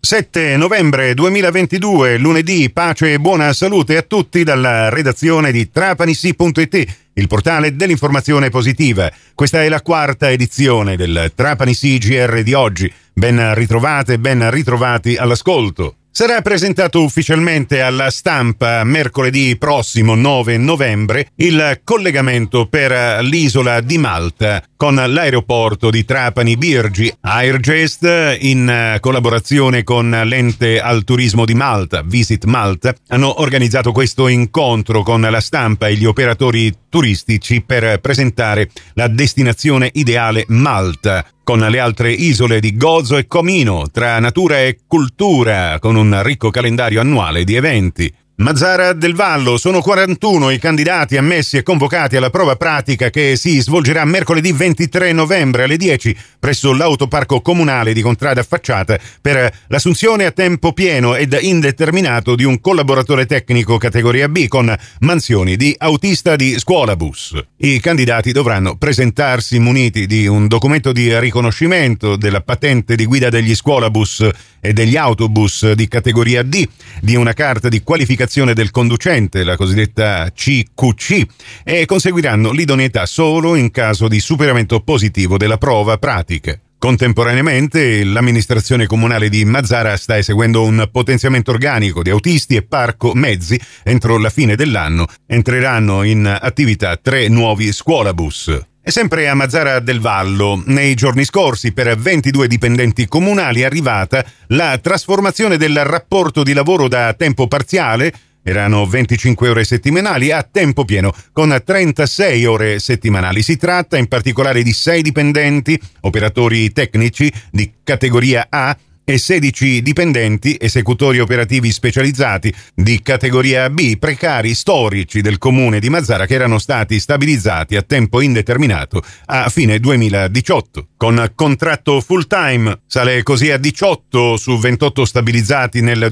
7 novembre 2022, lunedì, pace e buona salute a tutti dalla redazione di trapanisi.it, il portale dell'informazione positiva. Questa è la quarta edizione del Trapanisi GR di oggi. Ben ritrovate e ben ritrovati all'ascolto. Sarà presentato ufficialmente alla stampa mercoledì prossimo 9 novembre il collegamento per l'isola di Malta con l'aeroporto di Trapani Birgi. Airgest, in collaborazione con l'ente al turismo di Malta, Visit Malta, hanno organizzato questo incontro con la stampa e gli operatori turistici per presentare la destinazione ideale Malta, con le altre isole di Gozo e Comino, tra natura e cultura, con un ricco calendario annuale di eventi. Mazara del Vallo, sono 41 i candidati ammessi e convocati alla prova pratica che si svolgerà mercoledì 23 novembre alle 10 presso l'autoparco comunale di Contrada Affacciata per l'assunzione a tempo pieno ed indeterminato di un collaboratore tecnico categoria B con mansioni di autista di scuolabus. I candidati dovranno presentarsi muniti di un documento di riconoscimento della patente di guida degli scuolabus e degli autobus di categoria D, di una carta di qualificazione del conducente, la cosiddetta CQC, e conseguiranno l'idoneità solo in caso di superamento positivo della prova pratica. Contemporaneamente, l'amministrazione comunale di Mazara sta eseguendo un potenziamento organico di autisti e parco mezzi. Entro la fine dell'anno entreranno in attività 3 nuovi scuolabus. E sempre a Mazara del Vallo, nei giorni scorsi per 22 dipendenti comunali è arrivata la trasformazione del rapporto di lavoro da tempo parziale, erano 25 ore settimanali, a tempo pieno, con 36 ore settimanali. Si tratta in particolare di 6 dipendenti, operatori tecnici di categoria A, e 16 dipendenti, esecutori operativi specializzati di categoria B, precari storici del comune di Mazara che erano stati stabilizzati a tempo indeterminato a fine 2018. Con contratto full time sale così a 18 su 28 stabilizzati nel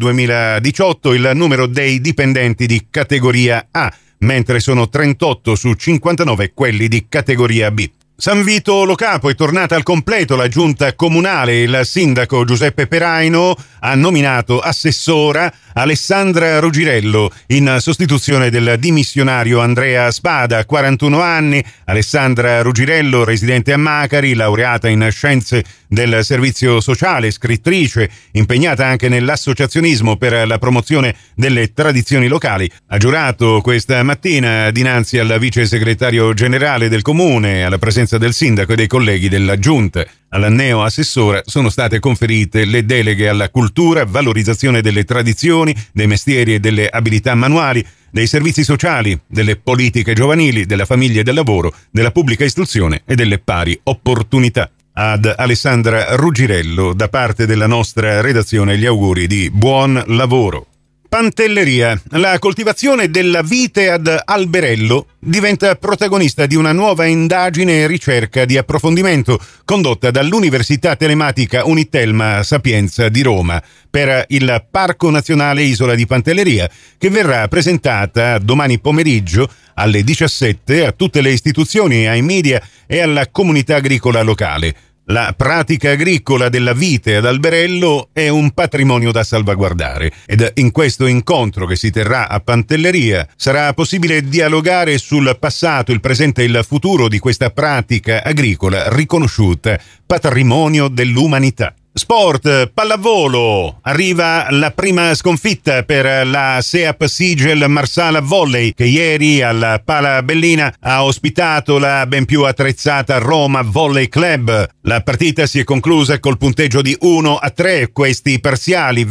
2018 il numero dei dipendenti di categoria A, mentre sono 38 su 59 quelli di categoria B. San Vito Lo Capo è tornata al completo la giunta comunale. Il sindaco Giuseppe Peraino ha nominato assessora Alessandra Rugirello in sostituzione del dimissionario Andrea Spada, 41 anni. Alessandra Rugirello, residente a Macari, laureata in scienze del servizio sociale, scrittrice, impegnata anche nell'associazionismo per la promozione delle tradizioni locali, ha giurato questa mattina dinanzi al vice segretario generale del comune, alla presenza del sindaco e dei colleghi della giunta. Alla neo-assessora sono state conferite le deleghe alla cultura, valorizzazione delle tradizioni, dei mestieri e delle abilità manuali, dei servizi sociali, delle politiche giovanili, della famiglia e del lavoro, della pubblica istruzione e delle pari opportunità. Ad Alessandra Rugirello, da parte della nostra redazione, gli auguri di buon lavoro. Pantelleria. La coltivazione della vite ad alberello diventa protagonista di una nuova indagine e ricerca di approfondimento condotta dall'Università Telematica Unitelma Sapienza di Roma per il Parco Nazionale Isola di Pantelleria, che verrà presentata domani pomeriggio alle 17 a tutte le istituzioni, ai media e alla comunità agricola locale. La pratica agricola della vite ad alberello è un patrimonio da salvaguardare ed in questo incontro che si terrà a Pantelleria sarà possibile dialogare sul passato, il presente e il futuro di questa pratica agricola riconosciuta patrimonio dell'umanità. Sport, pallavolo, arriva la prima sconfitta per la Seap Sigel Marsala Volley, che ieri alla Pala Bellina ha ospitato la ben più attrezzata Roma Volley Club. La partita si è conclusa col punteggio di 1-3, questi parziali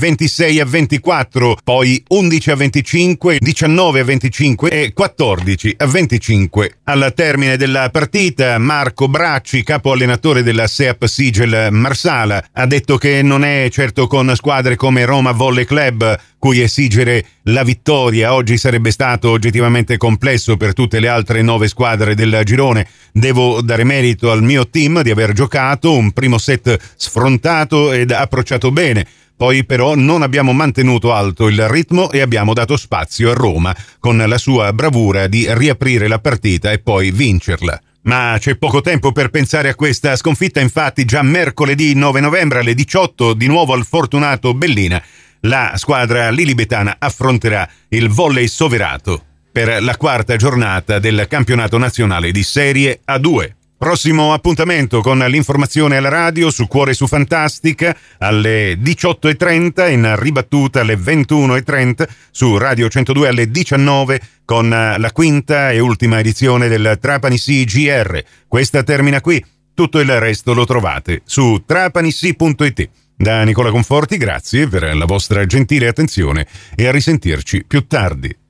26-24, poi 11-25, 19-25 e 14-25. Al termine della partita Marco Bracci, capo allenatore della Seap Sigel Marsala, ha detto che non è certo con squadre come Roma Volley Club cui esigere la vittoria oggi sarebbe stato oggettivamente complesso per tutte le altre 9 squadre del girone. Devo dare merito al mio team di aver giocato un primo set sfrontato ed approcciato bene. Poi però non abbiamo mantenuto alto il ritmo e abbiamo dato spazio a Roma con la sua bravura di riaprire la partita e poi vincerla. Ma c'è poco tempo per pensare a questa sconfitta, infatti già mercoledì 9 novembre alle 18, di nuovo al Fortunato Bellina, la squadra lilibetana affronterà il Volley Soverato per la quarta giornata del campionato nazionale di Serie A2. Prossimo appuntamento con l'informazione alla radio su Cuore su Fantastica alle 18.30, in ribattuta alle 21.30 su Radio 102 alle 19 con la quinta e ultima edizione del Trapani CGR. Questa termina qui, tutto il resto lo trovate su trapanissi.it. Da Nicola Conforti, grazie per la vostra gentile attenzione e a risentirci più tardi.